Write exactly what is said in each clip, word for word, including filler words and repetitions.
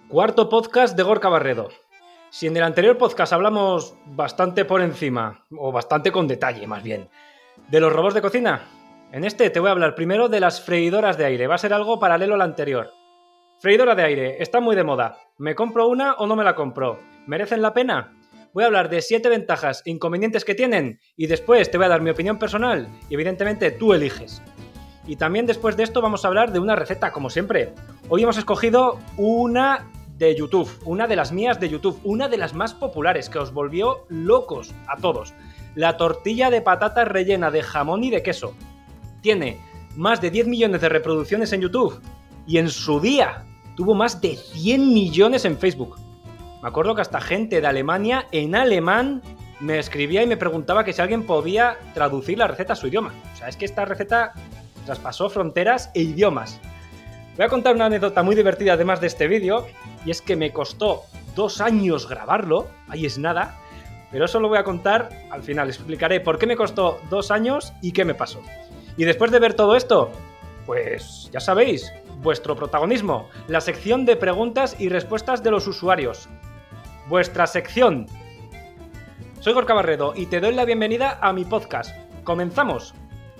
Cuarto podcast de Gorka Barredo. Si en el anterior podcast hablamos bastante por encima, o bastante con detalle más bien, de los robots de cocina, en este te voy a hablar primero de las freidoras de aire. Va a ser algo paralelo al anterior. Freidora de aire, está muy de moda. ¿Me compro una o no me la compro? ¿Merecen la pena? Voy a hablar de siete ventajas e inconvenientes que tienen y después te voy a dar mi opinión personal y evidentemente tú eliges. Y también después de esto vamos a hablar de una receta, como siempre. Hoy hemos escogido una de YouTube, una de las mías de YouTube, una de las más populares que os volvió locos a todos. La tortilla de patatas rellena de jamón y de queso. Tiene más de diez millones de reproducciones en YouTube y en su día tuvo más de cien millones en Facebook. Me acuerdo que hasta gente de Alemania en alemán me escribía y me preguntaba que si alguien podía traducir la receta a su idioma. O sea, es que esta receta traspasó fronteras e idiomas. Voy a contar una anécdota muy divertida además de este vídeo, y es que me costó dos años grabarlo, ahí es nada, pero eso lo voy a contar al final. Explicaré por qué me costó dos años y qué me pasó. Y después de ver todo esto, pues ya sabéis, vuestro protagonismo, la sección de preguntas y respuestas de los usuarios. Vuestra sección. Soy Gorka Barredo y te doy la bienvenida a mi podcast. ¡Comenzamos!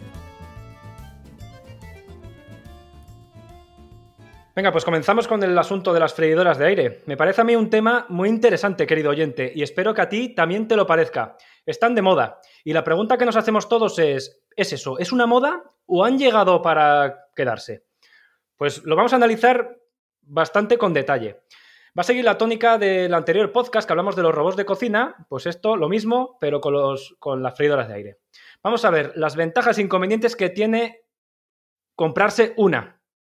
Venga, pues comenzamos con el asunto de las freidoras de aire. Me parece a mí un tema muy interesante, querido oyente, y espero que a ti también te lo parezca. Están de moda, y la pregunta que nos hacemos todos es, ¿es eso? ¿Es una moda o han llegado para quedarse? Pues lo vamos a analizar bastante con detalle. Va a seguir la tónica del anterior podcast que hablamos de los robots de cocina, pues esto lo mismo, pero con, los, con las freidoras de aire. Vamos a ver las ventajas e inconvenientes que tiene comprarse una.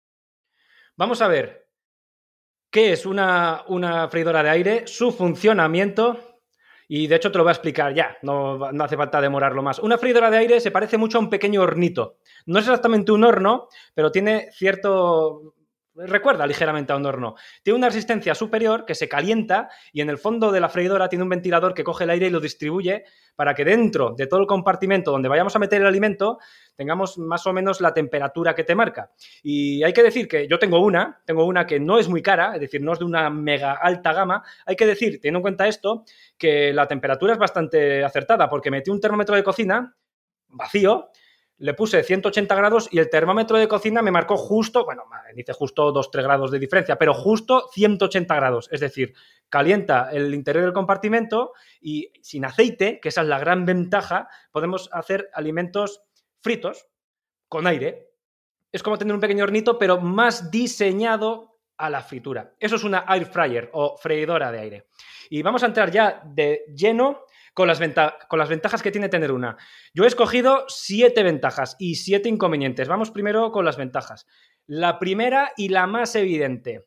Vamos a ver qué es una, una freidora de aire, su funcionamiento, y de hecho te lo voy a explicar ya, no, no hace falta demorarlo más. Una freidora de aire se parece mucho a un pequeño hornito. No es exactamente un horno, pero tiene cierto... recuerda ligeramente a un horno. Tiene una resistencia superior que se calienta y en el fondo de la freidora tiene un ventilador que coge el aire y lo distribuye para que dentro de todo el compartimento donde vayamos a meter el alimento tengamos más o menos la temperatura que te marca. Y hay que decir que yo tengo una, tengo una que no es muy cara, es decir, no es de una mega alta gama. Hay que decir, teniendo en cuenta esto, que la temperatura es bastante acertada porque metí un termómetro de cocina vacío, le puse ciento ochenta grados y el termómetro de cocina me marcó justo, bueno, dice justo dos a tres grados de diferencia, pero justo ciento ochenta grados. Es decir, calienta el interior del compartimento y sin aceite, que esa es la gran ventaja, podemos hacer alimentos fritos con aire. Es como tener un pequeño hornito, pero más diseñado a la fritura. Eso es una air fryer o freidora de aire. Y vamos a entrar ya de lleno Con las, venta- con las ventajas que tiene tener una. Yo he escogido siete ventajas y siete inconvenientes. Vamos primero con las ventajas. La primera y la más evidente,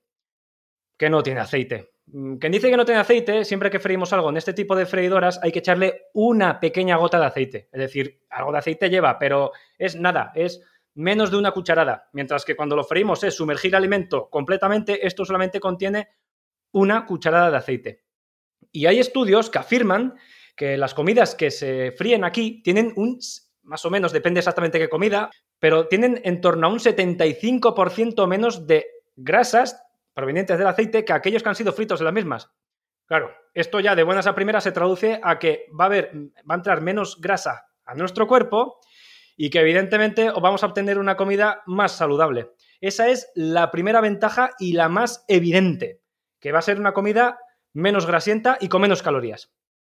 que no tiene aceite. Quien dice que no tiene aceite, siempre que freímos algo en este tipo de freidoras hay que echarle una pequeña gota de aceite. Es decir, algo de aceite lleva, pero es nada, es menos de una cucharada. Mientras que cuando lo freímos es sumergir el alimento completamente, esto solamente contiene una cucharada de aceite. Y hay estudios que afirman que las comidas que se fríen aquí tienen un, más o menos, depende exactamente qué comida, pero tienen en torno a un setenta y cinco por ciento menos de grasas provenientes del aceite que aquellos que han sido fritos en las mismas. Claro, esto ya de buenas a primeras se traduce a que va a haber, va a entrar menos grasa a nuestro cuerpo y que evidentemente vamos a obtener una comida más saludable. Esa es la primera ventaja y la más evidente, que va a ser una comida menos grasienta y con menos calorías.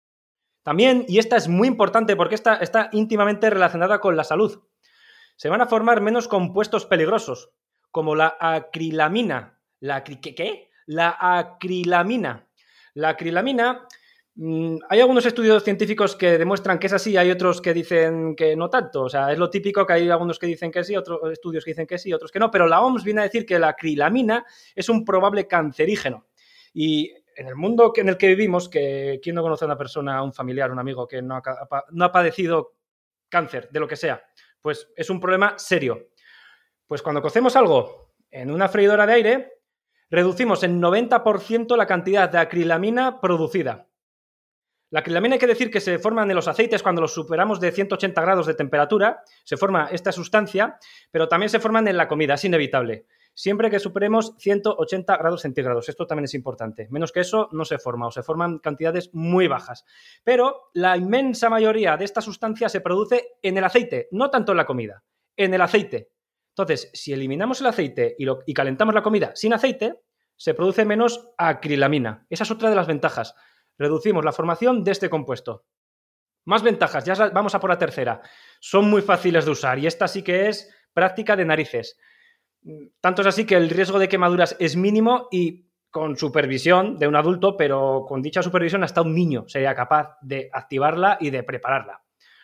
También, y esta es muy importante porque esta está íntimamente relacionada con la salud, se van a formar menos compuestos peligrosos, como la acrilamina. ¿La acri- ¿qué, qué? La acrilamina. La acrilamina, mmm, hay algunos estudios científicos que demuestran que es así, hay otros que dicen que no tanto. O sea, es lo típico que hay algunos que dicen que sí, otros estudios que dicen que sí, otros que no, pero la O M S viene a decir que la acrilamina es un probable cancerígeno. Y en el mundo en el que vivimos, que ¿quién no conoce a una persona, un familiar, un amigo que no ha, no ha padecido cáncer, de lo que sea? Pues es un problema serio. Pues cuando cocemos algo en una freidora de aire, reducimos en noventa por ciento la cantidad de acrilamina producida. La acrilamina hay que decir que se forman en los aceites cuando los superamos de ciento ochenta grados de temperatura, se forma esta sustancia, pero también se forman en la comida, es inevitable. siempre que superemos ciento ochenta grados centígrados. Esto también es importante. Menos que eso no se forma o se forman cantidades muy bajas. Pero la inmensa mayoría de esta sustancia se produce en el aceite, no tanto en la comida, en el aceite. Entonces, si eliminamos el aceite y, lo, y calentamos la comida sin aceite, se produce menos acrilamina. Esa es otra de las ventajas. Reducimos la formación de este compuesto. Más ventajas, ya vamos a por la tercera. Son muy fáciles de usar y esta sí que es práctica de narices. Tanto es así que el riesgo de quemaduras es mínimo y con supervisión de un adulto, pero con dicha supervisión hasta un niño sería capaz de activarla y de prepararla.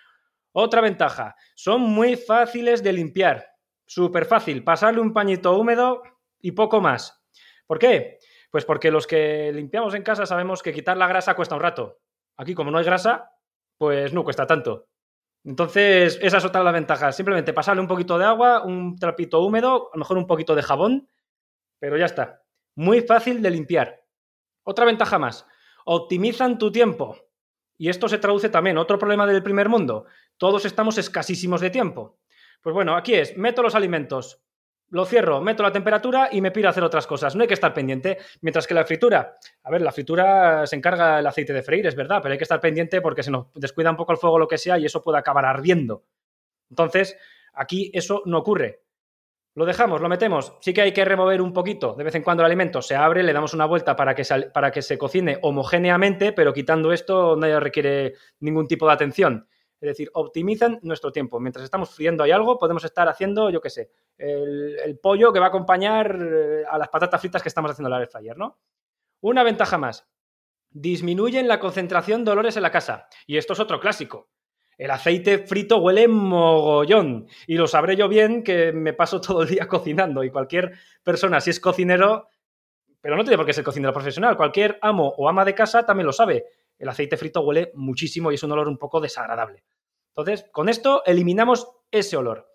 Otra ventaja, son muy fáciles de limpiar. Súper fácil, pasarle un pañito húmedo y poco más. ¿Por qué? Pues porque los que limpiamos en casa sabemos que quitar la grasa cuesta un rato. Aquí, como no hay grasa, pues no cuesta tanto. Entonces, esa es otra de las ventajas. Simplemente pasarle un poquito de agua, un trapito húmedo, a lo mejor un poquito de jabón, pero ya está. Muy fácil de limpiar. Otra ventaja más, optimizan tu tiempo. Y esto se traduce también, otro problema del primer mundo. Todos estamos escasísimos de tiempo. Pues bueno, aquí es, meto los alimentos, lo cierro, meto la temperatura y me piro a hacer otras cosas. No hay que estar pendiente. Mientras que la fritura, a ver, la fritura se encarga el aceite de freír, es verdad, pero hay que estar pendiente porque se nos descuida un poco el fuego o lo que sea y eso puede acabar ardiendo. Entonces, aquí eso no ocurre. Lo dejamos, lo metemos. Sí que hay que remover un poquito. De vez en cuando el alimento se abre, le damos una vuelta para que se, para que se cocine homogéneamente, pero quitando esto no requiere ningún tipo de atención. Es decir, optimizan nuestro tiempo. Mientras estamos friendo ahí algo, podemos estar haciendo, yo qué sé, el, el pollo que va a acompañar a las patatas fritas que estamos haciendo en la air fryer, ¿no? Una ventaja más. Disminuyen la concentración de olores en la casa. Y esto es otro clásico. El aceite frito huele mogollón. Y lo sabré yo bien que me paso todo el día cocinando. Y cualquier persona, si es cocinero, pero no tiene por qué ser cocinero profesional, cualquier amo o ama de casa también lo sabe. El aceite frito huele muchísimo y es un olor un poco desagradable. Entonces, con esto eliminamos ese olor.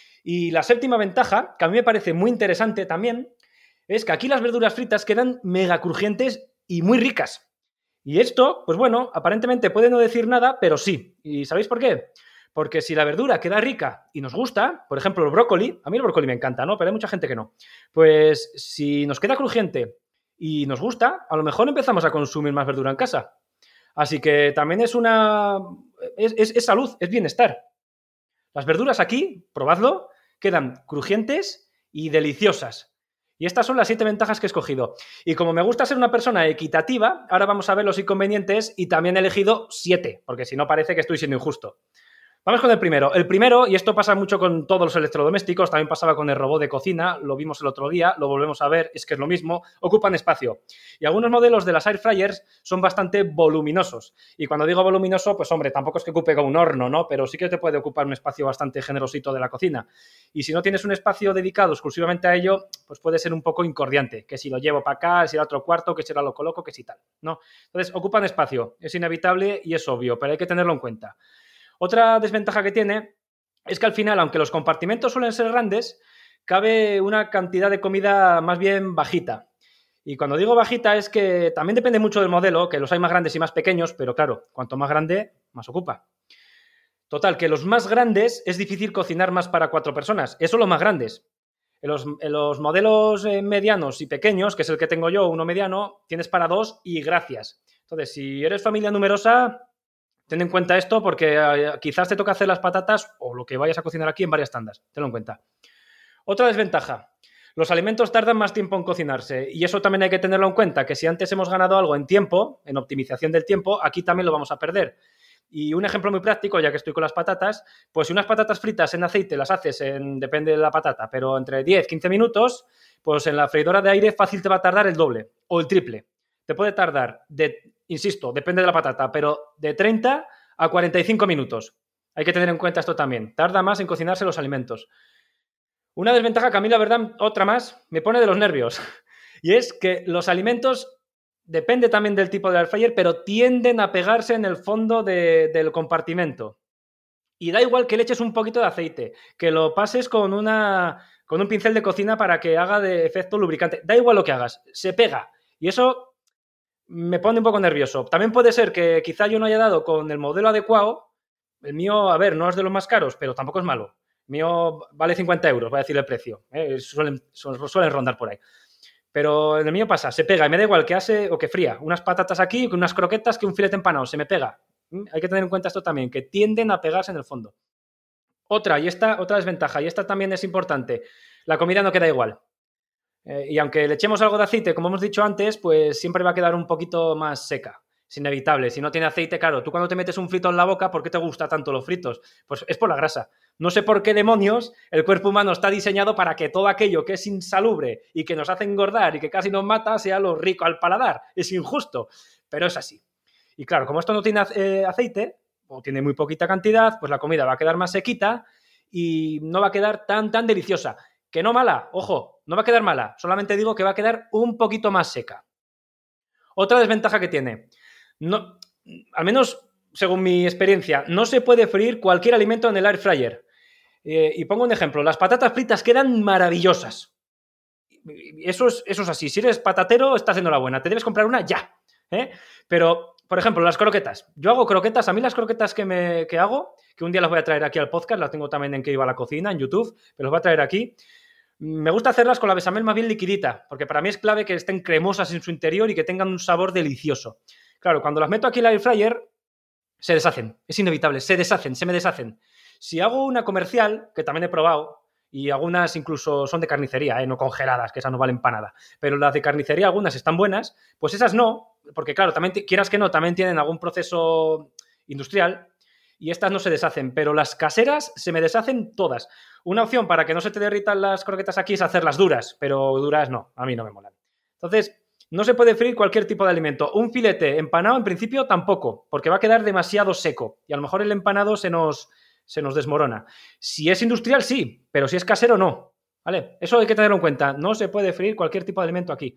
Y la séptima ventaja, que a mí me parece muy interesante también, es que aquí las verduras fritas quedan mega crujientes y muy ricas. Y esto, pues bueno, aparentemente puede no decir nada, pero sí. ¿Y sabéis por qué? Porque si la verdura queda rica y nos gusta, por ejemplo el brócoli, a mí el brócoli me encanta, ¿no? Pero hay mucha gente que no. Pues si nos queda crujiente y nos gusta, a lo mejor empezamos a consumir más verdura en casa. Así que también es una... es, es, es salud, es bienestar. Las verduras aquí, probadlo, quedan crujientes y deliciosas. Y estas son las siete ventajas que he escogido. Y como me gusta ser una persona equitativa, ahora vamos a ver los inconvenientes y también he elegido siete, porque si no parece que estoy siendo injusto. Vamos con el primero. El primero, y esto pasa mucho con todos los electrodomésticos, también pasaba con el robot de cocina, lo vimos el otro día, lo volvemos a ver, es que es lo mismo, ocupan espacio. Y algunos modelos de las air fryers son bastante voluminosos. Y cuando digo voluminoso, pues hombre, tampoco es que ocupe como un horno, ¿no? Pero sí que te puede ocupar un espacio bastante generosito de la cocina. Y si no tienes un espacio dedicado exclusivamente a ello, pues puede ser un poco incordiante, que si lo llevo para acá, si era otro cuarto, que si ahora lo coloco, que si tal, ¿no? Entonces, ocupan espacio, es inevitable y es obvio, pero hay que tenerlo en cuenta. Otra desventaja que tiene es que al final, aunque los compartimentos suelen ser grandes, cabe una cantidad de comida más bien bajita. Y cuando digo bajita es que también depende mucho del modelo, que los hay más grandes y más pequeños, pero claro, cuanto más grande, más ocupa. Total, que los más grandes es difícil cocinar más para cuatro personas. Eso los más grandes. En los, en los modelos eh, medianos y pequeños, que es el que tengo yo, uno mediano, tienes para dos y gracias. Entonces, si eres familia numerosa... Ten en cuenta esto porque eh, quizás te toca hacer las patatas o lo que vayas a cocinar aquí en varias tandas. Tenlo en cuenta. Otra desventaja. Los alimentos tardan más tiempo en cocinarse y eso también hay que tenerlo en cuenta, que si antes hemos ganado algo en tiempo, en optimización del tiempo, aquí también lo vamos a perder. Y un ejemplo muy práctico, ya que estoy con las patatas, pues si unas patatas fritas en aceite las haces en, depende de la patata, pero entre diez a quince minutos, pues en la freidora de aire fácil te va a tardar el doble o el triple. Te puede tardar, de, insisto, depende de la patata, pero de treinta a cuarenta y cinco minutos. Hay que tener en cuenta esto también. Tarda más en cocinarse los alimentos. Una desventaja que a mí, la verdad, otra más, me pone de los nervios. Y es que los alimentos, depende también del tipo de air fryer, pero tienden a pegarse en el fondo de, del compartimento. Y da igual que le eches un poquito de aceite, que lo pases con, una, con un pincel de cocina para que haga de efecto lubricante. Da igual lo que hagas, se pega. Y eso me pone un poco nervioso. También puede ser que quizá yo no haya dado con el modelo adecuado. El mío, a ver, no es de los más caros, pero tampoco es malo. mío vale cincuenta euros, voy a decir el precio. ¿eh? Suelen, suelen rondar por ahí. Pero en el mío pasa, se pega y me da igual que hace o que fría. Unas patatas aquí, unas croquetas, que un filete empanado, se me pega. ¿Mm? Hay que tener en cuenta esto también, que tienden a pegarse en el fondo. Otra, y esta, otra desventaja, y esta también es importante, la comida no queda igual. Eh, y aunque le echemos algo de aceite, como hemos dicho antes, pues siempre va a quedar un poquito más seca. Es inevitable. Si no tiene aceite, claro, tú cuando te metes un frito en la boca, ¿por qué te gusta tanto los fritos? Pues es por la grasa. No sé por qué demonios el cuerpo humano está diseñado para que todo aquello que es insalubre y que nos hace engordar y que casi nos mata sea lo rico al paladar. Es injusto, pero es así. Y claro, como esto no tiene eh, aceite, o tiene muy poquita cantidad, pues la comida va a quedar más sequita y no va a quedar tan, tan deliciosa. Que no mala, ojo, no va a quedar mala. Solamente digo que va a quedar un poquito más seca. Otra desventaja que tiene... No, al menos según mi experiencia, no se puede freír cualquier alimento en el air fryer. Eh, y pongo un ejemplo, las patatas fritas quedan maravillosas. Eso es, eso es así, si eres patatero estás en enhorabuena, te debes comprar una ya. ¿eh? Pero, por ejemplo, las croquetas. Yo hago croquetas, a mí las croquetas que, me, que hago, que un día las voy a traer aquí al podcast, las tengo también en Que Iba a la Cocina, en YouTube, pero las voy a traer aquí. Me gusta hacerlas con la bechamel más bien liquidita, porque para mí es clave que estén cremosas en su interior y que tengan un sabor delicioso. Claro, cuando las meto aquí en el air fryer, se deshacen. Es inevitable, se deshacen, se me deshacen. Si hago una comercial, que también he probado, y algunas incluso son de carnicería, ¿eh? No congeladas, que esas no valen para nada, pero las de carnicería algunas están buenas, pues esas no, porque claro, también quieras que no, también tienen algún proceso industrial y estas no se deshacen, pero las caseras se me deshacen todas. Una opción para que no se te derritan las croquetas aquí es hacerlas duras, pero duras no, a mí no me molan. Entonces... No se puede freír cualquier tipo de alimento. Un filete empanado, en principio, tampoco, porque va a quedar demasiado seco y a lo mejor el empanado se nos, se nos desmorona. Si es industrial, sí, pero si es casero, no. ¿Vale? Eso hay que tenerlo en cuenta. No se puede freír cualquier tipo de alimento aquí.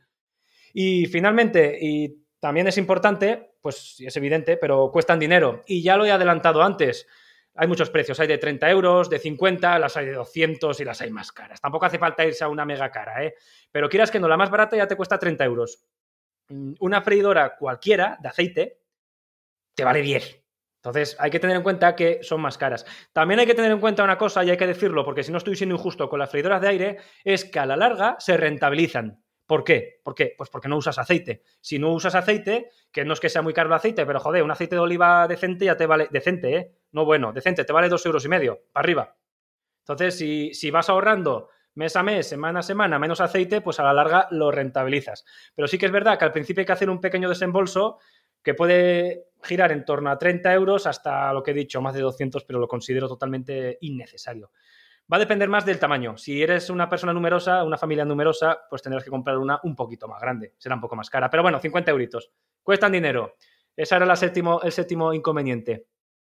Y finalmente, y también es importante, pues es evidente, pero cuestan dinero. Y ya lo he adelantado antes. Hay muchos precios, hay de treinta euros, de cincuenta, las hay de doscientos y las hay más caras. Tampoco hace falta irse a una mega cara, ¿eh? Pero quieras que no, la más barata ya te cuesta treinta euros. Una freidora cualquiera de aceite te vale diez. Entonces hay que tener en cuenta que son más caras. También hay que tener en cuenta una cosa, y hay que decirlo, porque si no estoy siendo injusto con las freidoras de aire, es que a la larga se rentabilizan. ¿Por qué? ¿Por qué? Pues porque no usas aceite. Si no usas aceite, que no es que sea muy caro el aceite, pero joder, un aceite de oliva decente ya te vale... Decente, ¿eh? No bueno, decente, te vale dos euros y medio, para arriba. Entonces, si, si vas ahorrando mes a mes, semana a semana, menos aceite, pues a la larga lo rentabilizas. Pero sí que es verdad que al principio hay que hacer un pequeño desembolso que puede girar en torno a treinta euros hasta lo que he dicho, más de doscientos, pero lo considero totalmente innecesario. Va a depender más del tamaño. Si eres una persona numerosa, una familia numerosa, pues tendrás que comprar una un poquito más grande. Será un poco más cara. Pero bueno, cincuenta euritos. Cuestan dinero. Ese era la séptimo, el séptimo inconveniente.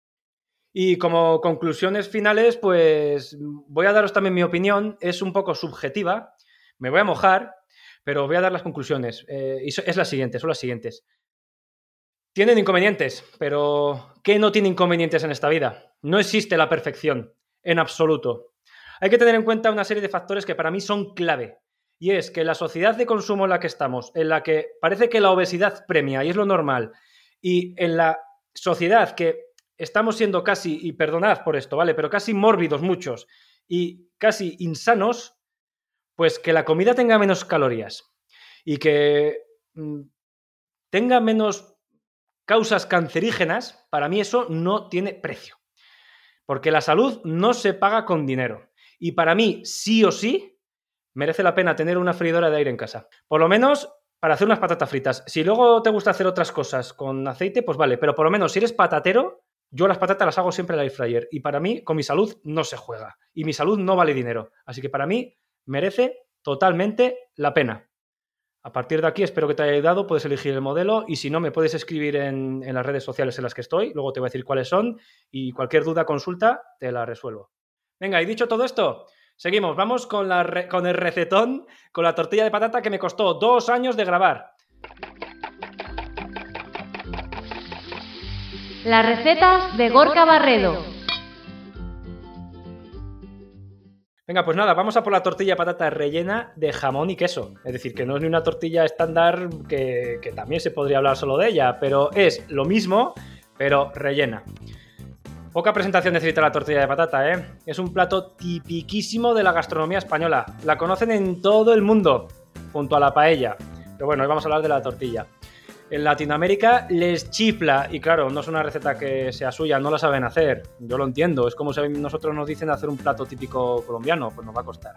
Y como conclusiones finales, pues voy a daros también mi opinión. Es un poco subjetiva. Me voy a mojar, pero voy a dar las conclusiones. Eh, y es la siguiente, son las siguientes. Tienen inconvenientes, pero ¿qué no tiene inconvenientes en esta vida? No existe la perfección, en absoluto. Hay que tener en cuenta una serie de factores que para mí son clave. Y es que la sociedad de consumo en la que estamos, en la que parece que la obesidad premia y es lo normal, y en la sociedad que estamos siendo casi, y perdonad por esto, ¿vale? Pero casi mórbidos muchos y casi insanos, pues que la comida tenga menos calorías y que mmm, tenga menos causas cancerígenas, para mí eso no tiene precio. Porque la salud no se paga con dinero. Y para mí, sí o sí, merece la pena tener una freidora de aire en casa. Por lo menos para hacer unas patatas fritas. Si luego te gusta hacer otras cosas con aceite, pues vale. Pero por lo menos si eres patatero, yo las patatas las hago siempre en el air fryer. Y para mí, con mi salud, no se juega. Y mi salud no vale dinero. Así que para mí, merece totalmente la pena. A partir de aquí espero que te haya ayudado, puedes elegir el modelo y si no me puedes escribir en, en las redes sociales en las que estoy, luego te voy a decir cuáles son y cualquier duda, consulta, te la resuelvo. Venga, y dicho todo esto, seguimos, vamos con, la re, con el recetón, con la tortilla de patata que me costó dos años de grabar. Las recetas de Gorka Barredo. Venga, pues nada, vamos a por la tortilla de patata rellena de jamón y queso. Es decir, que no es ni una tortilla estándar que, que también se podría hablar solo de ella, pero es lo mismo, pero rellena. Poca presentación necesita la tortilla de patata, ¿eh? Es un plato tipiquísimo de la gastronomía española. La conocen en todo el mundo, junto a la paella. Pero bueno, hoy vamos a hablar de la tortilla. En Latinoamérica les chifla, y claro, no es una receta que sea suya, no la saben hacer. Yo lo entiendo, es como si nosotros nos dicen hacer un plato típico colombiano, pues nos va a costar.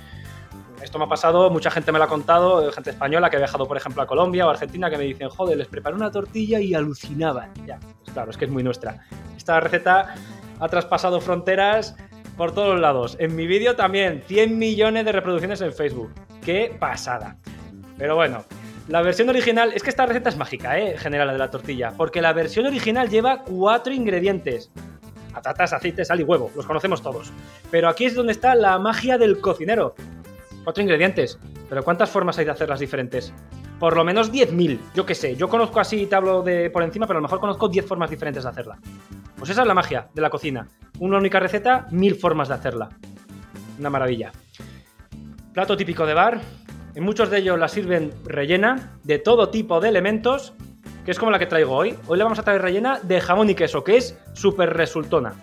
Esto me ha pasado, mucha gente me lo ha contado, gente española que ha viajado, por ejemplo, a Colombia o Argentina, que me dicen, joder, les preparé una tortilla y alucinaban. Ya, pues claro, es que es muy nuestra. Esta receta ha traspasado fronteras por todos lados. En mi vídeo también, cien millones de reproducciones en Facebook. ¡Qué pasada! Pero bueno, la versión original... Es que esta receta es mágica, ¿eh? En general, la de la tortilla. Porque la versión original lleva cuatro ingredientes. Patatas, aceite, sal y huevo. Los conocemos todos. Pero aquí es donde está la magia del cocinero. Cuatro ingredientes. ¿Pero cuántas formas hay de hacerlas diferentes? Por lo menos diez mil. Yo qué sé. Yo conozco así, te hablo de por encima, pero a lo mejor conozco diez formas diferentes de hacerla. Pues esa es la magia de la cocina. Una única receta, mil formas de hacerla. Una maravilla. Plato típico de bar. En muchos de ellos la sirven rellena de todo tipo de elementos, que es como la que traigo hoy. Hoy le vamos a traer rellena de jamón y queso, que es súper resultona.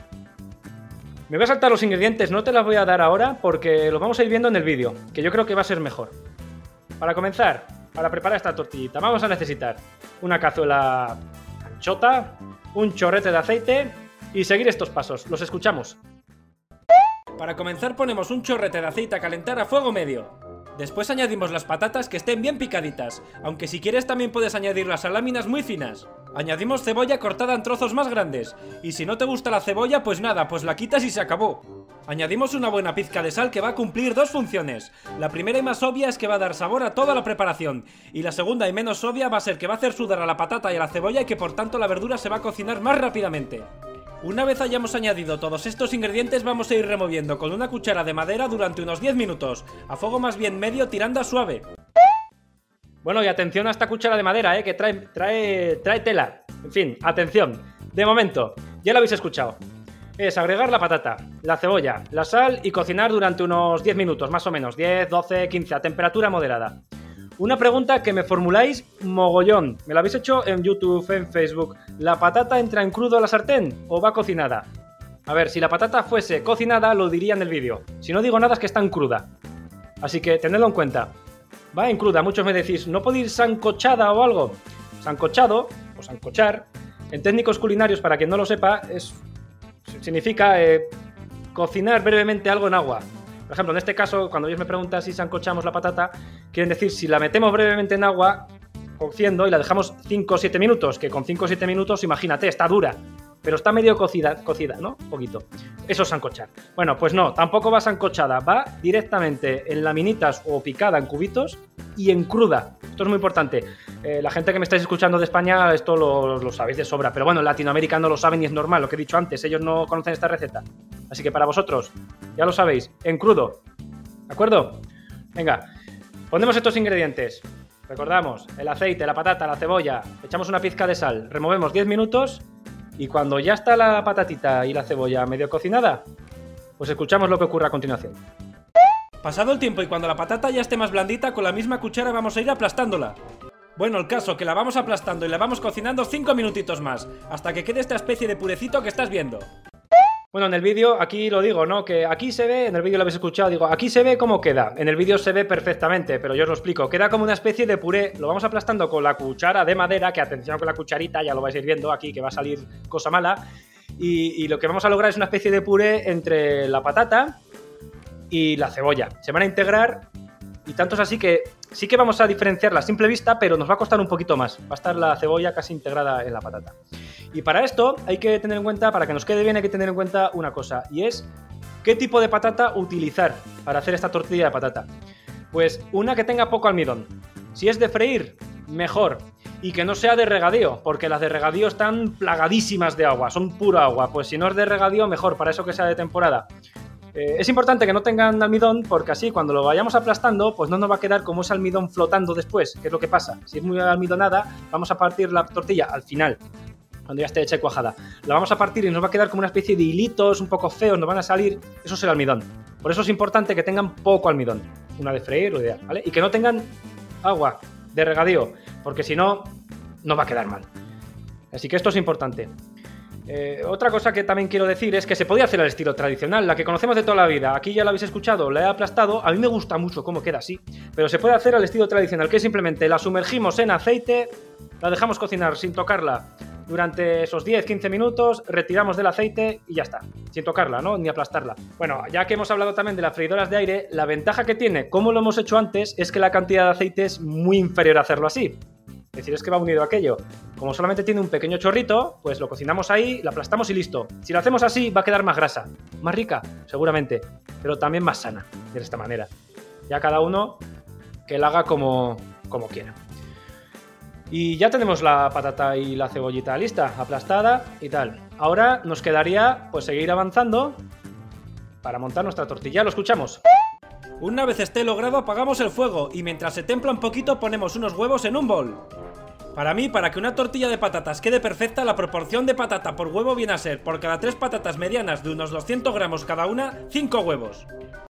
Me voy a saltar los ingredientes, no te las voy a dar ahora porque los vamos a ir viendo en el vídeo, que yo creo que va a ser mejor. Para comenzar, para preparar esta tortillita, vamos a necesitar una cazuela anchota, un chorrete de aceite y seguir estos pasos. Los escuchamos. Para comenzar ponemos un chorrete de aceite a calentar a fuego medio. Después añadimos las patatas que estén bien picaditas, aunque si quieres también puedes añadirlas a láminas muy finas. Añadimos cebolla cortada en trozos más grandes, y si no te gusta la cebolla pues nada, pues la quitas y se acabó. Añadimos una buena pizca de sal que va a cumplir dos funciones. La primera y más obvia es que va a dar sabor a toda la preparación, y la segunda y menos obvia va a ser que va a hacer sudar a la patata y a la cebolla y que por tanto la verdura se va a cocinar más rápidamente. Una vez hayamos añadido todos estos ingredientes vamos a ir removiendo con una cuchara de madera durante unos diez minutos, a fuego más bien medio tirando a suave. Bueno, y atención a esta cuchara de madera, eh, que trae, trae, trae tela. En fin, atención. De momento, ya lo habéis escuchado. Es agregar la patata, la cebolla, la sal y cocinar durante unos diez minutos, más o menos, diez, doce, quince, a temperatura moderada. Una pregunta que me formuláis mogollón. Me la habéis hecho en YouTube, en Facebook. ¿La patata entra en crudo a la sartén o va cocinada? A ver, si la patata fuese cocinada, lo diría en el vídeo. Si no digo nada es que está en cruda. Así que tenedlo en cuenta. Va en cruda. Muchos me decís, ¿no puede ir sancochada o algo? Sancochado, o sancochar, en técnicos culinarios, para quien no lo sepa, es significa eh, cocinar brevemente algo en agua. Por ejemplo, en este caso, cuando ellos me preguntan si sancochamos la patata, quieren decir si la metemos brevemente en agua, cociendo, y la dejamos cinco o siete minutos, que con cinco o siete minutos, imagínate, está dura, pero está medio cocida, cocida, ¿no? Un poquito. Eso es sancochar. Bueno, pues no, tampoco va sancochada, va directamente en laminitas o picada en cubitos y en cruda. Esto es muy importante. Eh, la gente que me estáis escuchando de España, esto lo, lo sabéis de sobra, pero bueno, en Latinoamérica no lo saben y es normal, lo que he dicho antes, ellos no conocen esta receta. Así que para vosotros, ya lo sabéis, en crudo. ¿De acuerdo? Venga, ponemos estos ingredientes. Recordamos, el aceite, la patata, la cebolla, echamos una pizca de sal, removemos diez minutos y cuando ya está la patatita y la cebolla medio cocinada, pues escuchamos lo que ocurre a continuación. Pasado el tiempo y cuando la patata ya esté más blandita, con la misma cuchara vamos a ir aplastándola. Bueno, el caso que la vamos aplastando y la vamos cocinando cinco minutitos más, hasta que quede esta especie de purecito que estás viendo. Bueno, en el vídeo, aquí lo digo, ¿no? Que aquí se ve, en el vídeo lo habéis escuchado, digo, aquí se ve cómo queda. En el vídeo se ve perfectamente, pero yo os lo explico. Queda como una especie de puré, lo vamos aplastando con la cuchara de madera, que atención con la cucharita, ya lo vais a ir viendo aquí, que va a salir cosa mala. Y, y lo que vamos a lograr es una especie de puré entre la patata y la cebolla. Se van a integrar y tanto es así que sí que vamos a diferenciarla a simple vista, pero nos va a costar un poquito más. Va a estar la cebolla casi integrada en la patata. Y para esto hay que tener en cuenta, para que nos quede bien, hay que tener en cuenta una cosa, y es qué tipo de patata utilizar para hacer esta tortilla de patata. Pues una que tenga poco almidón. Si es de freír, mejor. Y que no sea de regadío, porque las de regadío están plagadísimas de agua, son pura agua. Pues si no es de regadío, mejor, para eso que sea de temporada. Eh, es importante que no tengan almidón, porque así cuando lo vayamos aplastando, pues no nos va a quedar como ese almidón flotando después, que es lo que pasa. Si es muy almidonada, vamos a partir la tortilla al final, cuando ya esté hecha y cuajada. La vamos a partir y nos va a quedar como una especie de hilitos un poco feos, nos van a salir, eso es el almidón. Por eso es importante que tengan poco almidón, una de freír, lo ideal, ¿vale? Y que no tengan agua de regadío, porque si no, nos va a quedar mal. Así que esto es importante. Eh, otra cosa que también quiero decir es que se podía hacer al estilo tradicional, la que conocemos de toda la vida. Aquí ya lo habéis escuchado, la he aplastado. A mí me gusta mucho cómo queda así, pero se puede hacer al estilo tradicional, que es simplemente la sumergimos en aceite, la dejamos cocinar sin tocarla durante esos diez a quince minutos, retiramos del aceite y ya está, sin tocarla, ¿no? Ni aplastarla. Bueno, ya que hemos hablado también de las freidoras de aire, la ventaja que tiene, como lo hemos hecho antes, es que la cantidad de aceite es muy inferior a hacerlo así. Es decir, es que va unido a aquello. Como solamente tiene un pequeño chorrito, pues lo cocinamos ahí, lo aplastamos y listo. Si lo hacemos así, va a quedar más grasa. Más rica, seguramente, pero también más sana, de esta manera. Ya cada uno que la haga como, como quiera. Y ya tenemos la patata y la cebollita lista, aplastada y tal. Ahora nos quedaría pues seguir avanzando para montar nuestra tortilla. ¿Lo escuchamos? Una vez esté logrado, apagamos el fuego y mientras se templa un poquito ponemos unos huevos en un bol. Para mí, para que una tortilla de patatas quede perfecta, la proporción de patata por huevo viene a ser, por cada tres patatas medianas de unos doscientos gramos cada una, cinco huevos.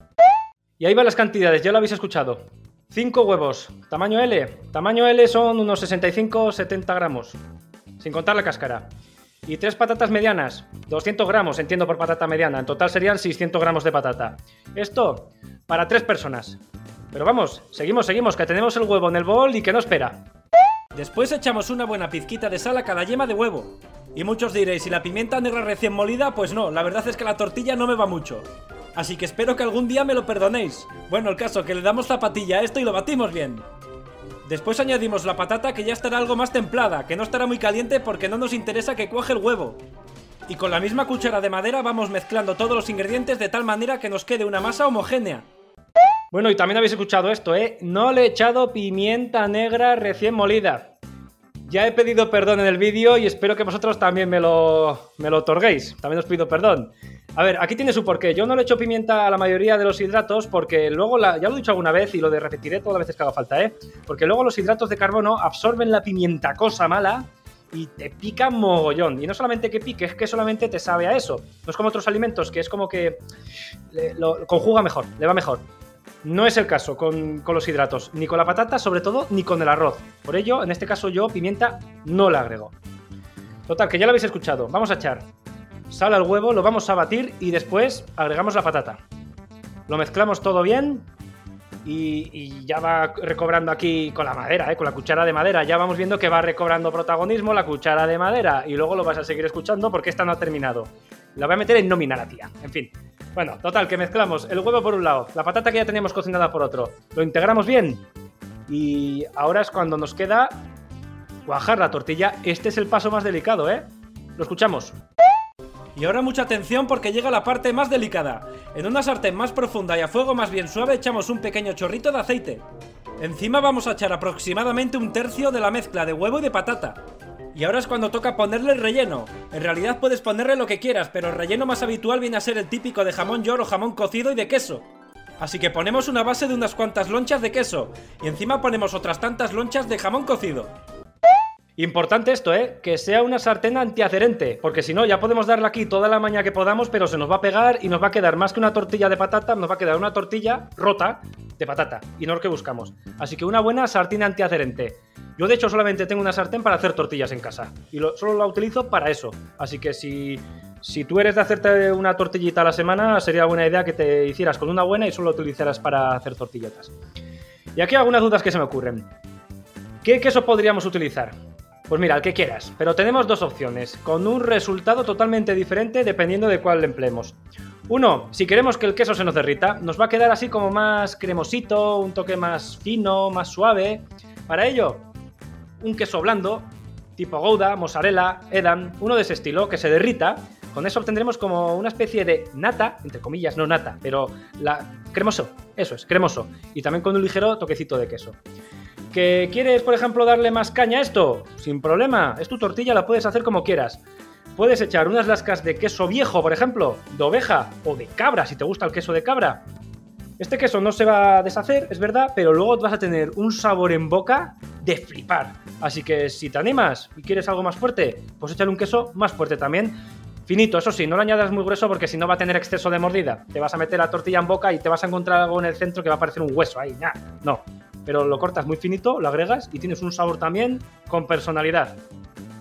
Y ahí van las cantidades, ya lo habéis escuchado. cinco huevos, tamaño L. Tamaño L son unos sesenta y cinco a setenta gramos, sin contar la cáscara. Y tres patatas medianas, doscientos gramos, entiendo por patata mediana. En total serían seiscientos gramos de patata. Esto para tres personas. Pero vamos, seguimos, seguimos, que tenemos el huevo en el bol y que no espera. Después echamos una buena pizquita de sal a cada yema de huevo. Y muchos diréis, ¿y la pimienta negra recién molida? Pues no, la verdad es que la tortilla no me va mucho. Así que espero que algún día me lo perdonéis. Bueno, el caso, que le damos zapatilla a esto y lo batimos bien. Después añadimos la patata, que ya estará algo más templada, que no estará muy caliente porque no nos interesa que cuaje el huevo. Y con la misma cuchara de madera vamos mezclando todos los ingredientes de tal manera que nos quede una masa homogénea. Bueno, y también habéis escuchado esto, ¿eh? No le he echado pimienta negra recién molida. Ya he pedido perdón en el vídeo y espero que vosotros también me lo, me lo otorguéis. También os pido perdón. A ver, aquí tiene su porqué. Yo no le echo pimienta a la mayoría de los hidratos porque luego, la, ya lo he dicho alguna vez y lo de repetiré todas las veces que haga falta, ¿eh? Porque luego los hidratos de carbono absorben la pimienta cosa mala y te pica mogollón. Y no solamente que pique, es que solamente te sabe a eso. No es como otros alimentos que es como que le, lo conjuga mejor, le va mejor. No es el caso con, con los hidratos, ni con la patata, sobre todo, ni con el arroz. Por ello, en este caso yo pimienta no la agrego. Total, que ya lo habéis escuchado. Vamos a echar sal al huevo, lo vamos a batir y después agregamos la patata. Lo mezclamos todo bien y, y ya va recobrando aquí con la madera, ¿eh? Con la cuchara de madera. Ya vamos viendo que va recobrando protagonismo la cuchara de madera y luego lo vas a seguir escuchando porque esta no ha terminado. La voy a meter en nómina la tía. En fin. Bueno, total, que mezclamos el huevo por un lado, la patata que ya teníamos cocinada por otro. Lo integramos bien y ahora es cuando nos queda cuajar la tortilla. Este es el paso más delicado, ¿eh? Lo escuchamos. Y ahora mucha atención porque llega la parte más delicada. En una sartén más profunda y a fuego más bien suave echamos un pequeño chorrito de aceite. Encima vamos a echar aproximadamente un tercio de la mezcla de huevo y de patata. Y ahora es cuando toca ponerle el relleno. En realidad puedes ponerle lo que quieras, pero el relleno más habitual viene a ser el típico de jamón york o jamón cocido y de queso. Así que ponemos una base de unas cuantas lonchas de queso y encima ponemos otras tantas lonchas de jamón cocido. Importante esto, ¿eh? Que sea una sartén antiadherente, porque si no ya podemos darle aquí toda la maña que podamos, pero se nos va a pegar y nos va a quedar más que una tortilla de patata, nos va a quedar una tortilla rota de patata, y no es lo que buscamos. Así que una buena sartén antiadherente. Yo de hecho solamente tengo una sartén para hacer tortillas en casa, y lo, solo la utilizo para eso. Así que si, si tú eres de hacerte una tortillita a la semana, sería buena idea que te hicieras con una buena y solo la utilizaras para hacer tortilletas. Y aquí algunas dudas que se me ocurren. ¿Qué queso podríamos utilizar? Pues mira, el que quieras, pero tenemos dos opciones, con un resultado totalmente diferente dependiendo de cuál le empleemos. Uno, si queremos que el queso se nos derrita, nos va a quedar así como más cremosito, un toque más fino, más suave. Para ello, un queso blando, tipo Gouda, mozzarella, Edam, uno de ese estilo, que se derrita. Con eso obtendremos como una especie de nata, entre comillas, no nata, pero la cremoso, eso es, cremoso. Y también con un ligero toquecito de queso. ¿Que quieres, por ejemplo, darle más caña a esto? Sin problema, es tu tortilla, la puedes hacer como quieras. Puedes echar unas lascas de queso viejo, por ejemplo, de oveja o de cabra, si te gusta el queso de cabra. Este queso no se va a deshacer, es verdad, pero luego vas a tener un sabor en boca de flipar. Así que si te animas y quieres algo más fuerte, pues échale un queso más fuerte también. Finito, eso sí, no lo añadas muy grueso porque si no va a tener exceso de mordida. Te vas a meter la tortilla en boca y te vas a encontrar algo en el centro que va a parecer un hueso ahí. Nah, no. Pero lo cortas muy finito, lo agregas y tienes un sabor también con personalidad.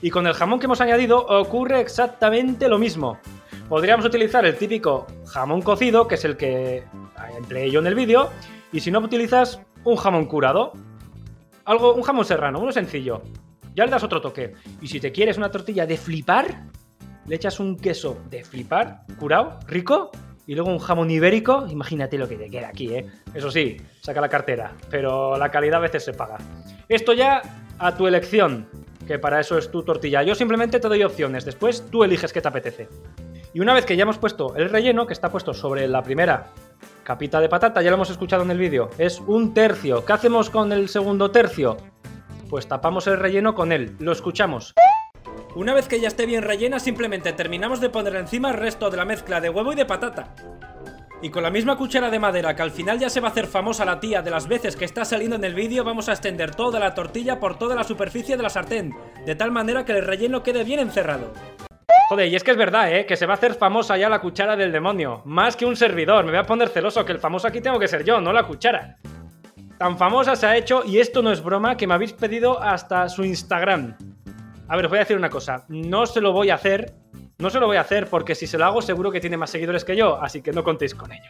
Y con el jamón que hemos añadido ocurre exactamente lo mismo. Podríamos utilizar el típico jamón cocido, que es el que empleé yo en el vídeo, y si no utilizas un jamón curado, algo, un jamón serrano, uno sencillo, ya le das otro toque. Y si te quieres una tortilla de flipar, le echas un queso de flipar, curado, rico, y luego un jamón ibérico. Imagínate lo que te queda aquí, ¿eh? Eso sí, saca la cartera, pero la calidad a veces se paga. Esto ya a tu elección, que para eso es tu tortilla. Yo simplemente te doy opciones, después tú eliges qué te apetece. Y una vez que ya hemos puesto el relleno, que está puesto sobre la primera capita de patata, ya lo hemos escuchado en el vídeo, es un tercio. ¿Qué hacemos con el segundo tercio? Pues tapamos el relleno con él, lo escuchamos. Una vez que ya esté bien rellena, simplemente terminamos de poner encima el resto de la mezcla de huevo y de patata. Y con la misma cuchara de madera que al final ya se va a hacer famosa la tía de las veces que está saliendo en el vídeo, vamos a extender toda la tortilla por toda la superficie de la sartén, de tal manera que el relleno quede bien encerrado. Joder, y es que es verdad, ¿eh? Que se va a hacer famosa ya la cuchara del demonio. Más que un servidor, me voy a poner celoso, que el famoso aquí tengo que ser yo, no la cuchara. Tan famosa se ha hecho, y esto no es broma, que me habéis pedido hasta su Instagram. A ver, os voy a decir una cosa, no se lo voy a hacer, no se lo voy a hacer porque si se lo hago seguro que tiene más seguidores que yo, así que no contéis con ello.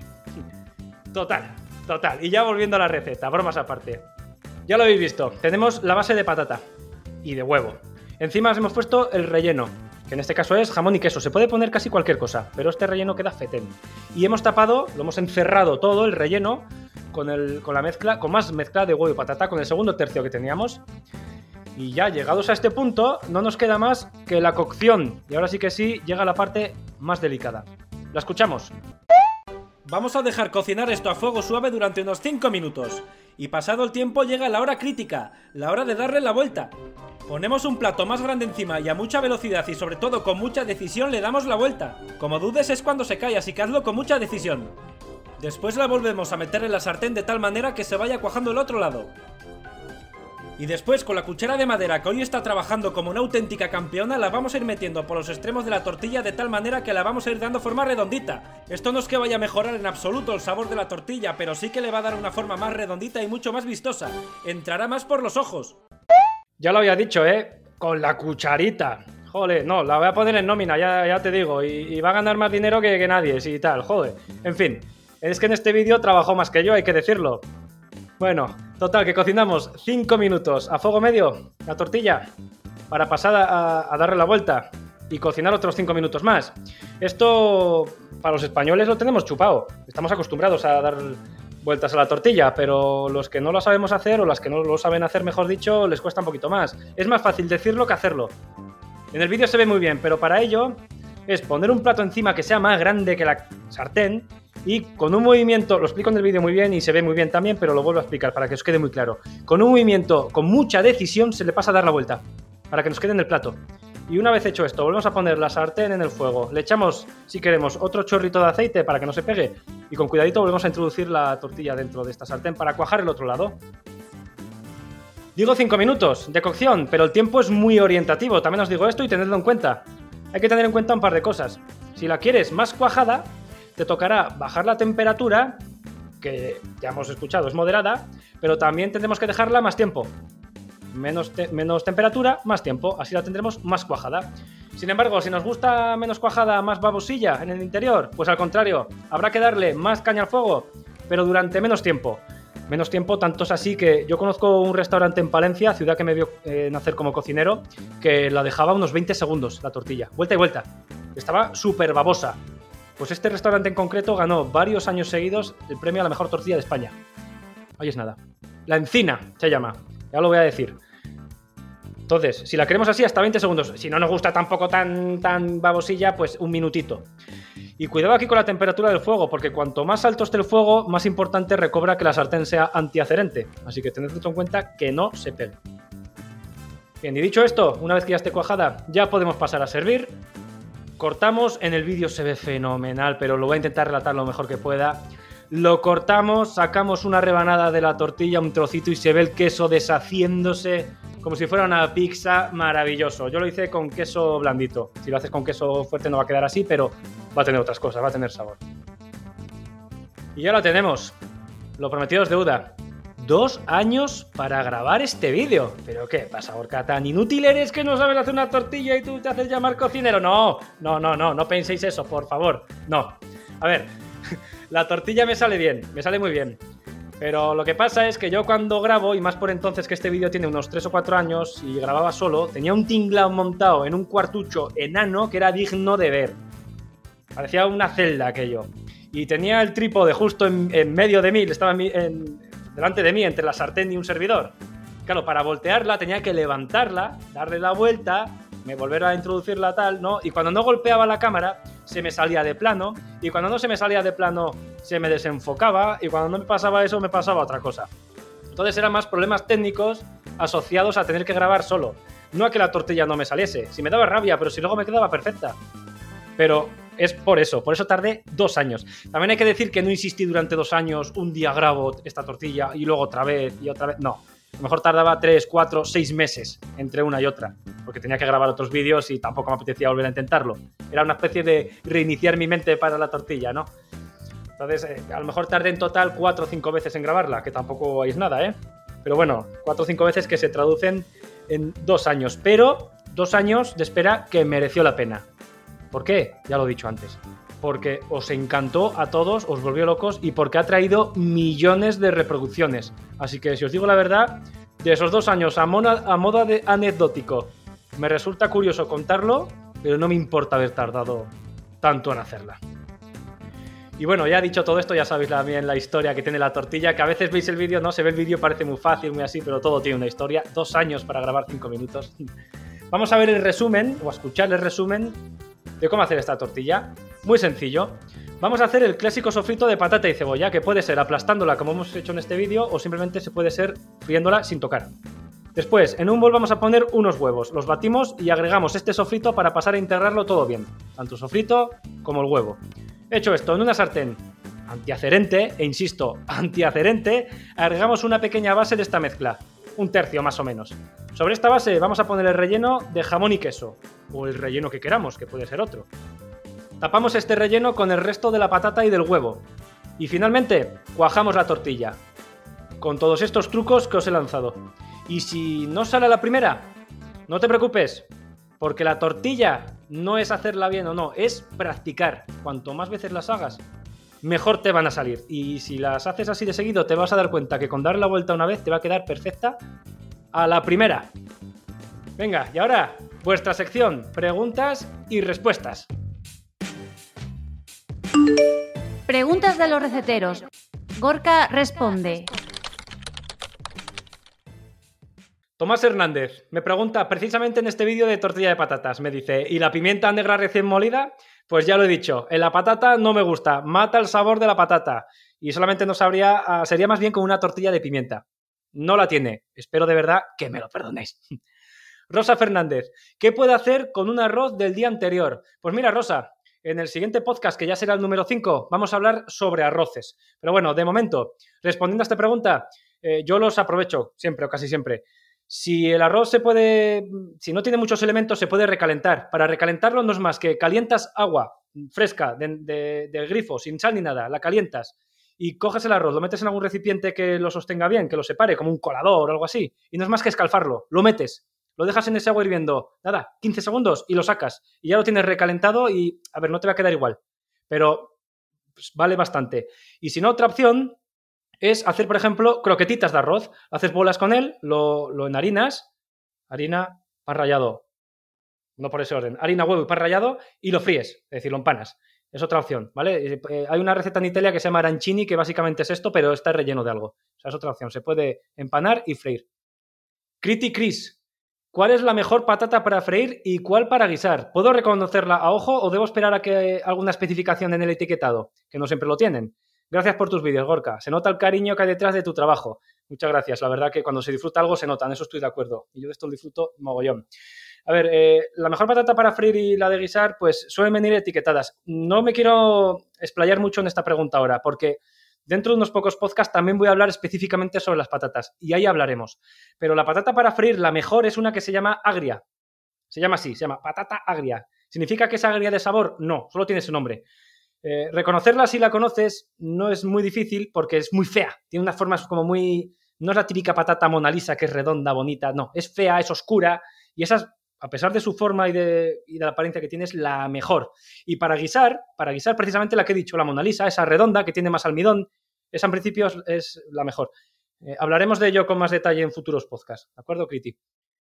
Total, total, y ya volviendo a la receta, bromas aparte. Ya lo habéis visto, tenemos la base de patata y de huevo. Encima hemos puesto el relleno, que en este caso es jamón y queso, se puede poner casi cualquier cosa, pero este relleno queda fetén. Y hemos tapado, lo hemos encerrado todo el relleno con, el, con la mezcla, con más mezcla de huevo y patata, con el segundo tercio que teníamos. Y ya llegados a este punto, no nos queda más que la cocción. Y ahora sí que sí, llega la parte más delicada. ¿La escuchamos? Vamos a dejar cocinar esto a fuego suave durante unos cinco minutos. Y pasado el tiempo llega la hora crítica, la hora de darle la vuelta. Ponemos un plato más grande encima y a mucha velocidad y sobre todo con mucha decisión le damos la vuelta. Como dudes es cuando se cae, así que hazlo con mucha decisión. Después la volvemos a meter en la sartén de tal manera que se vaya cuajando el otro lado. Y después con la cuchara de madera que hoy está trabajando como una auténtica campeona, la vamos a ir metiendo por los extremos de la tortilla de tal manera que la vamos a ir dando forma redondita. Esto no es que vaya a mejorar en absoluto el sabor de la tortilla, pero sí que le va a dar una forma más redondita y mucho más vistosa. Entrará más por los ojos. Ya lo había dicho, ¿eh? Con la cucharita. Joder, no, la voy a poner en nómina, ya, ya te digo, y, y va a ganar más dinero que, que nadie, sí, tal, joder. En fin, es que en este vídeo trabajó más que yo, hay que decirlo. Bueno, total, que cocinamos cinco minutos a fuego medio la tortilla para pasar a, a darle la vuelta y cocinar otros cinco minutos más. Esto para los españoles lo tenemos chupado, estamos acostumbrados a dar vueltas a la tortilla, pero los que no lo sabemos hacer o las que no lo saben hacer, mejor dicho, les cuesta un poquito más. Es más fácil decirlo que hacerlo. En el vídeo se ve muy bien, pero para ello es poner un plato encima que sea más grande que la sartén y con un movimiento, lo explico en el vídeo muy bien y se ve muy bien también, pero lo vuelvo a explicar para que os quede muy claro. Con un movimiento, con mucha decisión, se le pasa a dar la vuelta para que nos quede en el plato. Y una vez hecho esto, volvemos a poner la sartén en el fuego. Le echamos, si queremos, otro chorrito de aceite para que no se pegue. Y con cuidadito volvemos a introducir la tortilla dentro de esta sartén para cuajar el otro lado. Digo cinco minutos de cocción, pero el tiempo es muy orientativo. También os digo esto y tenedlo en cuenta. Hay que tener en cuenta un par de cosas. Si la quieres más cuajada, te tocará bajar la temperatura, que ya hemos escuchado es moderada, pero también tendremos que dejarla más tiempo. Menos, te menos temperatura, más tiempo, así la tendremos más cuajada. Sin embargo, si nos gusta menos cuajada, más babosilla en el interior, pues al contrario, habrá que darle más caña al fuego, pero durante menos tiempo. Menos tiempo, tanto es así que yo conozco un restaurante en Palencia, ciudad que me vio eh, nacer como cocinero, que la dejaba unos veinte segundos la tortilla, vuelta y vuelta. Estaba súper babosa. Pues este restaurante en concreto ganó varios años seguidos el premio a la mejor tortilla de España. Ahí es nada. La Encina se llama, ya lo voy a decir. Entonces, si la queremos así, hasta veinte segundos. Si no nos gusta tampoco tan, tan babosilla, pues un minutito. Y cuidado aquí con la temperatura del fuego, porque cuanto más alto esté el fuego, más importante recobra que la sartén sea antiadherente. Así que tened mucho en cuenta que no se pegue. Bien, y dicho esto, una vez que ya esté cuajada, ya podemos pasar a servir. Cortamos, en el vídeo se ve fenomenal, pero lo voy a intentar relatar lo mejor que pueda. Lo cortamos, sacamos una rebanada de la tortilla, un trocito, y se ve el queso deshaciéndose como si fuera una pizza, maravilloso. Yo lo hice con queso blandito. Si lo haces con queso fuerte no va a quedar así, pero va a tener otras cosas, va a tener sabor. Y ya lo tenemos. Lo prometido es deuda. Dos años para grabar este vídeo. ¿Pero qué pasa, Gorka? ¿Tan inútil eres que no sabes hacer una tortilla y tú te haces llamar cocinero? No, no, no, no, no penséis eso, por favor. No. A ver, la tortilla me sale bien, me sale muy bien. Pero lo que pasa es que yo cuando grabo, y más por entonces que este vídeo tiene unos tres o cuatro años y grababa solo, tenía un tinglao montado en un cuartucho enano que era digno de ver. Parecía una celda aquello. Y tenía el trípode justo en, en medio de mí, estaba en, en, delante de mí, entre la sartén y un servidor. Claro, para voltearla tenía que levantarla, darle la vuelta, me volver a introducirla tal, ¿no? Y cuando no golpeaba la cámara, se me salía de plano, y cuando no se me salía de plano, se me desenfocaba, y cuando no me pasaba eso, me pasaba otra cosa. Entonces eran más problemas técnicos asociados a tener que grabar solo. No a que la tortilla no me saliese. Si me daba rabia, pero si luego me quedaba perfecta. Pero es por eso, por eso tardé dos años. También hay que decir que no insistí durante dos años, un día grabo esta tortilla y luego otra vez y otra vez. No, a lo mejor tardaba tres, cuatro, seis meses entre una y otra, porque tenía que grabar otros vídeos y tampoco me apetecía volver a intentarlo. Era una especie de reiniciar mi mente para la tortilla, ¿no? Entonces, eh, a lo mejor tardé en total cuatro o cinco veces en grabarla, que tampoco es nada, ¿eh? Pero bueno, cuatro o cinco veces que se traducen en dos años, pero dos años de espera que mereció la pena. ¿Por qué? Ya lo he dicho antes. Porque os encantó a todos, os volvió locos y porque ha traído millones de reproducciones. Así que si os digo la verdad, de esos dos años a, mona, a moda de anecdótico, me resulta curioso contarlo, pero no me importa haber tardado tanto en hacerla. Y bueno, ya dicho todo esto, ya sabéis también la historia que tiene la tortilla, que a veces veis el vídeo, no se ve el vídeo, parece muy fácil, muy así, pero todo tiene una historia. Dos años para grabar cinco minutos. Vamos a ver el resumen, o a escuchar el resumen de cómo hacer esta tortilla. Muy sencillo. Vamos a hacer el clásico sofrito de patata y cebolla, que puede ser aplastándola como hemos hecho en este vídeo o simplemente se puede ser friéndola sin tocar. Después, en un bol vamos a poner unos huevos, los batimos y agregamos este sofrito para pasar a integrarlo todo bien, tanto el sofrito como el huevo. Hecho esto, en una sartén antiadherente, e insisto, antiadherente, agregamos una pequeña base de esta mezcla, un tercio más o menos. Sobre esta base vamos a poner el relleno de jamón y queso, o el relleno que queramos, que puede ser otro. Tapamos este relleno con el resto de la patata y del huevo. Y finalmente, cuajamos la tortilla. Con todos estos trucos que os he lanzado. Y si no sale a la primera, no te preocupes, porque la tortilla no es hacerla bien o no, es practicar. Cuanto más veces las hagas, mejor te van a salir. Y si las haces así de seguido, te vas a dar cuenta que con darle la vuelta una vez te va a quedar perfecta a la primera. Venga, y ahora, vuestra sección, preguntas y respuestas. Preguntas de los receteros. Gorka responde. Tomás Hernández me pregunta precisamente en este vídeo de tortilla de patatas. Me dice, ¿y la pimienta negra recién molida? Pues ya lo he dicho, en la patata no me gusta, mata el sabor de la patata. Y solamente no sabría, sería más bien como una tortilla de pimienta. No la tiene. Espero de verdad que me lo perdonéis. Rosa Fernández, ¿qué puedo hacer con un arroz del día anterior? Pues mira, Rosa, en el siguiente podcast, que ya será el número cinco, vamos a hablar sobre arroces. Pero bueno, de momento, respondiendo a esta pregunta, eh, yo los aprovecho siempre o casi siempre. Si el arroz se puede, si no tiene muchos elementos, se puede recalentar. Para recalentarlo no es más que calientas agua fresca de, de, del grifo, sin sal ni nada, la calientas y coges el arroz, lo metes en algún recipiente que lo sostenga bien, que lo separe, como un colador o algo así, y no es más que escalfarlo, lo metes, lo dejas en ese agua hirviendo, nada, quince segundos y lo sacas y ya lo tienes recalentado y, a ver, no te va a quedar igual, pero pues, vale bastante. Y si no, otra opción es hacer, por ejemplo, croquetitas de arroz. Haces bolas con él, lo, lo enharinas, harina, pan rallado, no por ese orden, harina, huevo y pan rallado y lo fríes, es decir, lo empanas. Es otra opción, ¿vale? Eh, hay una receta en Italia que se llama arancini, que básicamente es esto, pero está relleno de algo. O sea, es otra opción, se puede empanar y freír. Criti Cris, ¿cuál es la mejor patata para freír y cuál para guisar? ¿Puedo reconocerla a ojo o debo esperar a que alguna especificación en el etiquetado? Que no siempre lo tienen. Gracias por tus vídeos, Gorka. Se nota el cariño que hay detrás de tu trabajo. Muchas gracias. La verdad que cuando se disfruta algo se nota, en eso estoy de acuerdo. Y yo de esto lo disfruto mogollón. A ver, eh, la mejor patata para freír y la de guisar, pues suelen venir etiquetadas. No me quiero explayar mucho en esta pregunta ahora, porque dentro de unos pocos podcasts también voy a hablar específicamente sobre las patatas, y ahí hablaremos. Pero la patata para freír, la mejor es una que se llama agria. Se llama así, se llama patata agria. ¿Significa que es agria de sabor? No, solo tiene su nombre. Eh, reconocerla si la conoces no es muy difícil porque es muy fea. Tiene unas formas como muy, No es la típica patata Mona Lisa que es redonda, bonita, no, es fea, es oscura y esa, a pesar de su forma y de, y de la apariencia que tiene, es la mejor. Y para guisar, para guisar precisamente la que he dicho, la Mona Lisa, esa redonda que tiene más almidón, esa en principio es, es la mejor. Eh, hablaremos de ello con más detalle en futuros podcasts, ¿de acuerdo, Criti?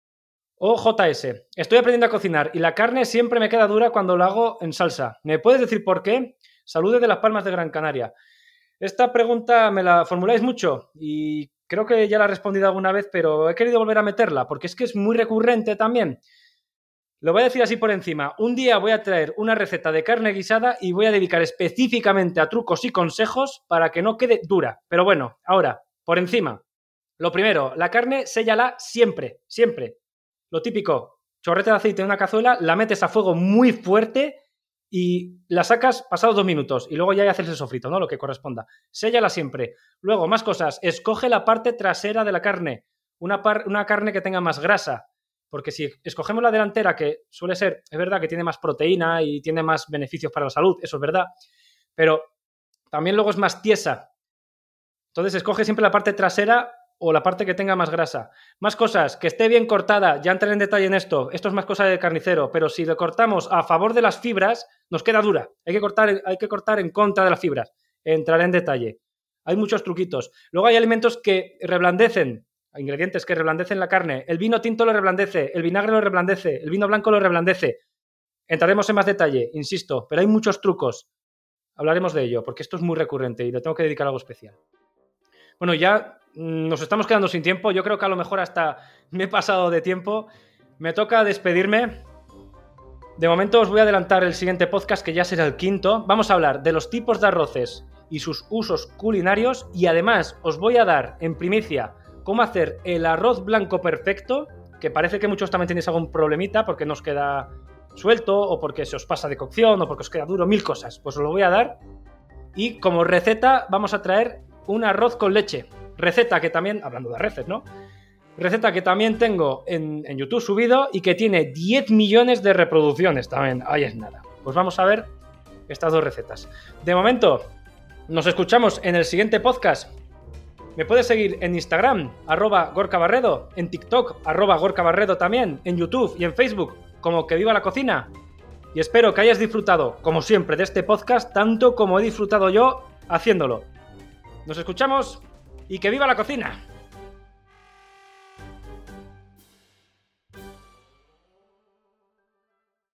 O J S, estoy aprendiendo a cocinar y la carne siempre me queda dura cuando la hago en salsa. ¿Me puedes decir por qué? Saludos de Las Palmas de Gran Canaria. Esta pregunta me la formuláis mucho y creo que ya la he respondido alguna vez, pero he querido volver a meterla porque es que es muy recurrente también. Lo voy a decir así por encima. Un día voy a traer una receta de carne guisada y voy a dedicar específicamente a trucos y consejos para que no quede dura. Pero bueno, ahora, por encima. Lo primero, la carne séllala siempre, siempre. Lo típico, chorrete de aceite en una cazuela, la metes a fuego muy fuerte y la sacas pasados dos minutos y luego ya haces el sofrito, ¿no? Lo que corresponda. Séllala siempre. Luego, más cosas. Escoge la parte trasera de la carne. Una, par- una carne que tenga más grasa. Porque si escogemos la delantera, que suele ser, es verdad que tiene más proteína y tiene más beneficios para la salud, eso es verdad, pero también luego es más tiesa. Entonces, escoge siempre la parte trasera o la parte que tenga más grasa. Más cosas, que esté bien cortada, ya entraré en detalle en esto, esto es más cosa de carnicero, pero si le cortamos a favor de las fibras, nos queda dura. Hay que cortar, hay que cortar en contra de las fibras. Entraré en detalle. Hay muchos truquitos. Luego hay alimentos que reblandecen, ingredientes que reblandecen la carne. El vino tinto lo reblandece, el vinagre lo reblandece, el vino blanco lo reblandece. Entraremos en más detalle, insisto, pero hay muchos trucos. Hablaremos de ello, porque esto es muy recurrente y le tengo que dedicar algo especial. Bueno, ya nos estamos quedando sin tiempo. Yo creo que a lo mejor hasta me he pasado de tiempo. Me toca despedirme. De momento os voy a adelantar el siguiente podcast, que ya será el quinto. Vamos a hablar de los tipos de arroces y sus usos culinarios. Y además os voy a dar en primicia cómo hacer el arroz blanco perfecto, que parece que muchos también tenéis algún problemita porque no os queda suelto o porque se os pasa de cocción o porque os queda duro, mil cosas. Pues os lo voy a dar. Y como receta vamos a traer un arroz con leche. Receta que también, hablando de arroces, ¿no? Receta que también tengo en, en YouTube subido y que tiene diez millones de reproducciones también. Ahí es nada. Pues vamos a ver estas dos recetas. De momento, nos escuchamos en el siguiente podcast. Me puedes seguir en Instagram, arroba Gorka Barredo, en TikTok, arroba Gorka Barredo también, en YouTube y en Facebook, como Que Viva la Cocina. Y espero que hayas disfrutado, como siempre, de este podcast, tanto como he disfrutado yo haciéndolo. Nos escuchamos y ¡que viva la cocina!